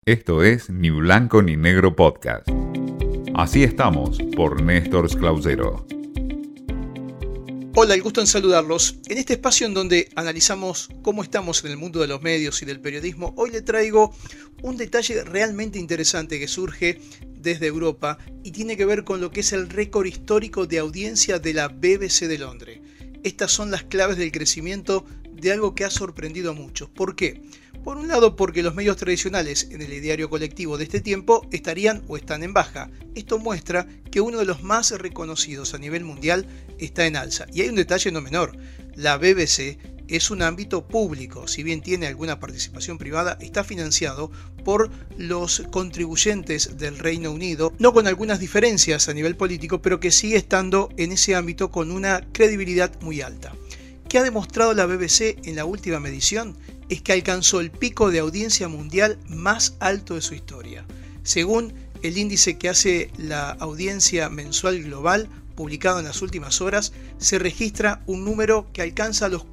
Esto es Ni Blanco ni Negro Podcast. Así estamos, por Néstor Clausero. Hola, el gusto en saludarlos. En este espacio en donde analizamos cómo estamos en el mundo de los medios y del periodismo, hoy le traigo un detalle realmente interesante que surge desde Europa y tiene que ver con lo que es el récord histórico de audiencia de la BBC de Londres. Estas son las claves del crecimiento de algo que ha sorprendido a muchos. ¿Por qué? Por un lado, porque los medios tradicionales en el ideario colectivo de este tiempo estarían o están en baja. Esto muestra que uno de los más reconocidos a nivel mundial está en alza. Y hay un detalle no menor: la BBC es un ámbito público. Si bien tiene alguna participación privada, está financiado por los contribuyentes del Reino Unido, no con algunas diferencias a nivel político, pero que sigue estando en ese ámbito con una credibilidad muy alta. ¿Qué ha demostrado la BBC en la última medición? Es que alcanzó el pico de audiencia mundial más alto de su historia. Según el índice que hace la audiencia mensual global, publicado en las últimas horas, se registra un número que alcanza los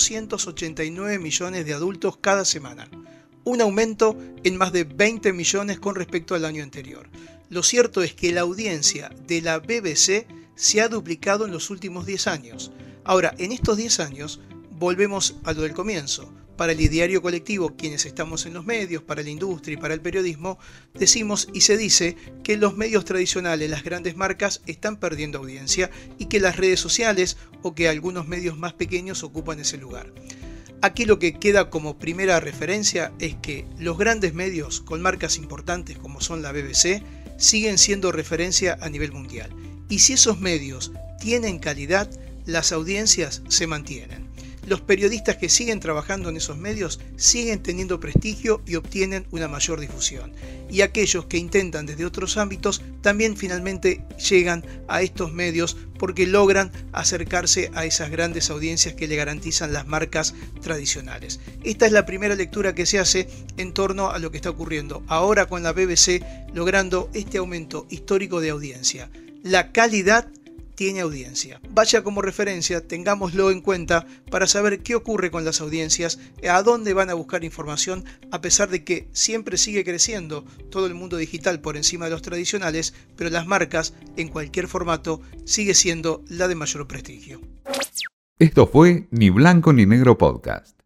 489 millones de adultos cada semana. Un aumento en más de 20 millones con respecto al año anterior. Lo cierto es que la audiencia de la BBC se ha duplicado en los últimos 10 años. Ahora, en estos 10 años, volvemos a lo del comienzo. Para el ideario colectivo, quienes estamos en los medios, para la industria y para el periodismo, decimos y se dice que los medios tradicionales, las grandes marcas, están perdiendo audiencia y que las redes sociales o que algunos medios más pequeños ocupan ese lugar. Aquí lo que queda como primera referencia es que los grandes medios con marcas importantes como son la BBC siguen siendo referencia a nivel mundial. Y si esos medios tienen calidad, las audiencias se mantienen. Los periodistas que siguen trabajando en esos medios siguen teniendo prestigio y obtienen una mayor difusión. Y aquellos que intentan desde otros ámbitos también finalmente llegan a estos medios porque logran acercarse a esas grandes audiencias que le garantizan las marcas tradicionales. Esta es la primera lectura que se hace en torno a lo que está ocurriendo ahora con la BBC, logrando este aumento histórico de audiencia. La calidad tiene audiencia. Vaya como referencia, tengámoslo en cuenta para saber qué ocurre con las audiencias, a dónde van a buscar información, a pesar de que siempre sigue creciendo todo el mundo digital por encima de los tradicionales, pero las marcas, en cualquier formato, sigue siendo la de mayor prestigio. Esto fue Ni Blanco ni Negro Podcast.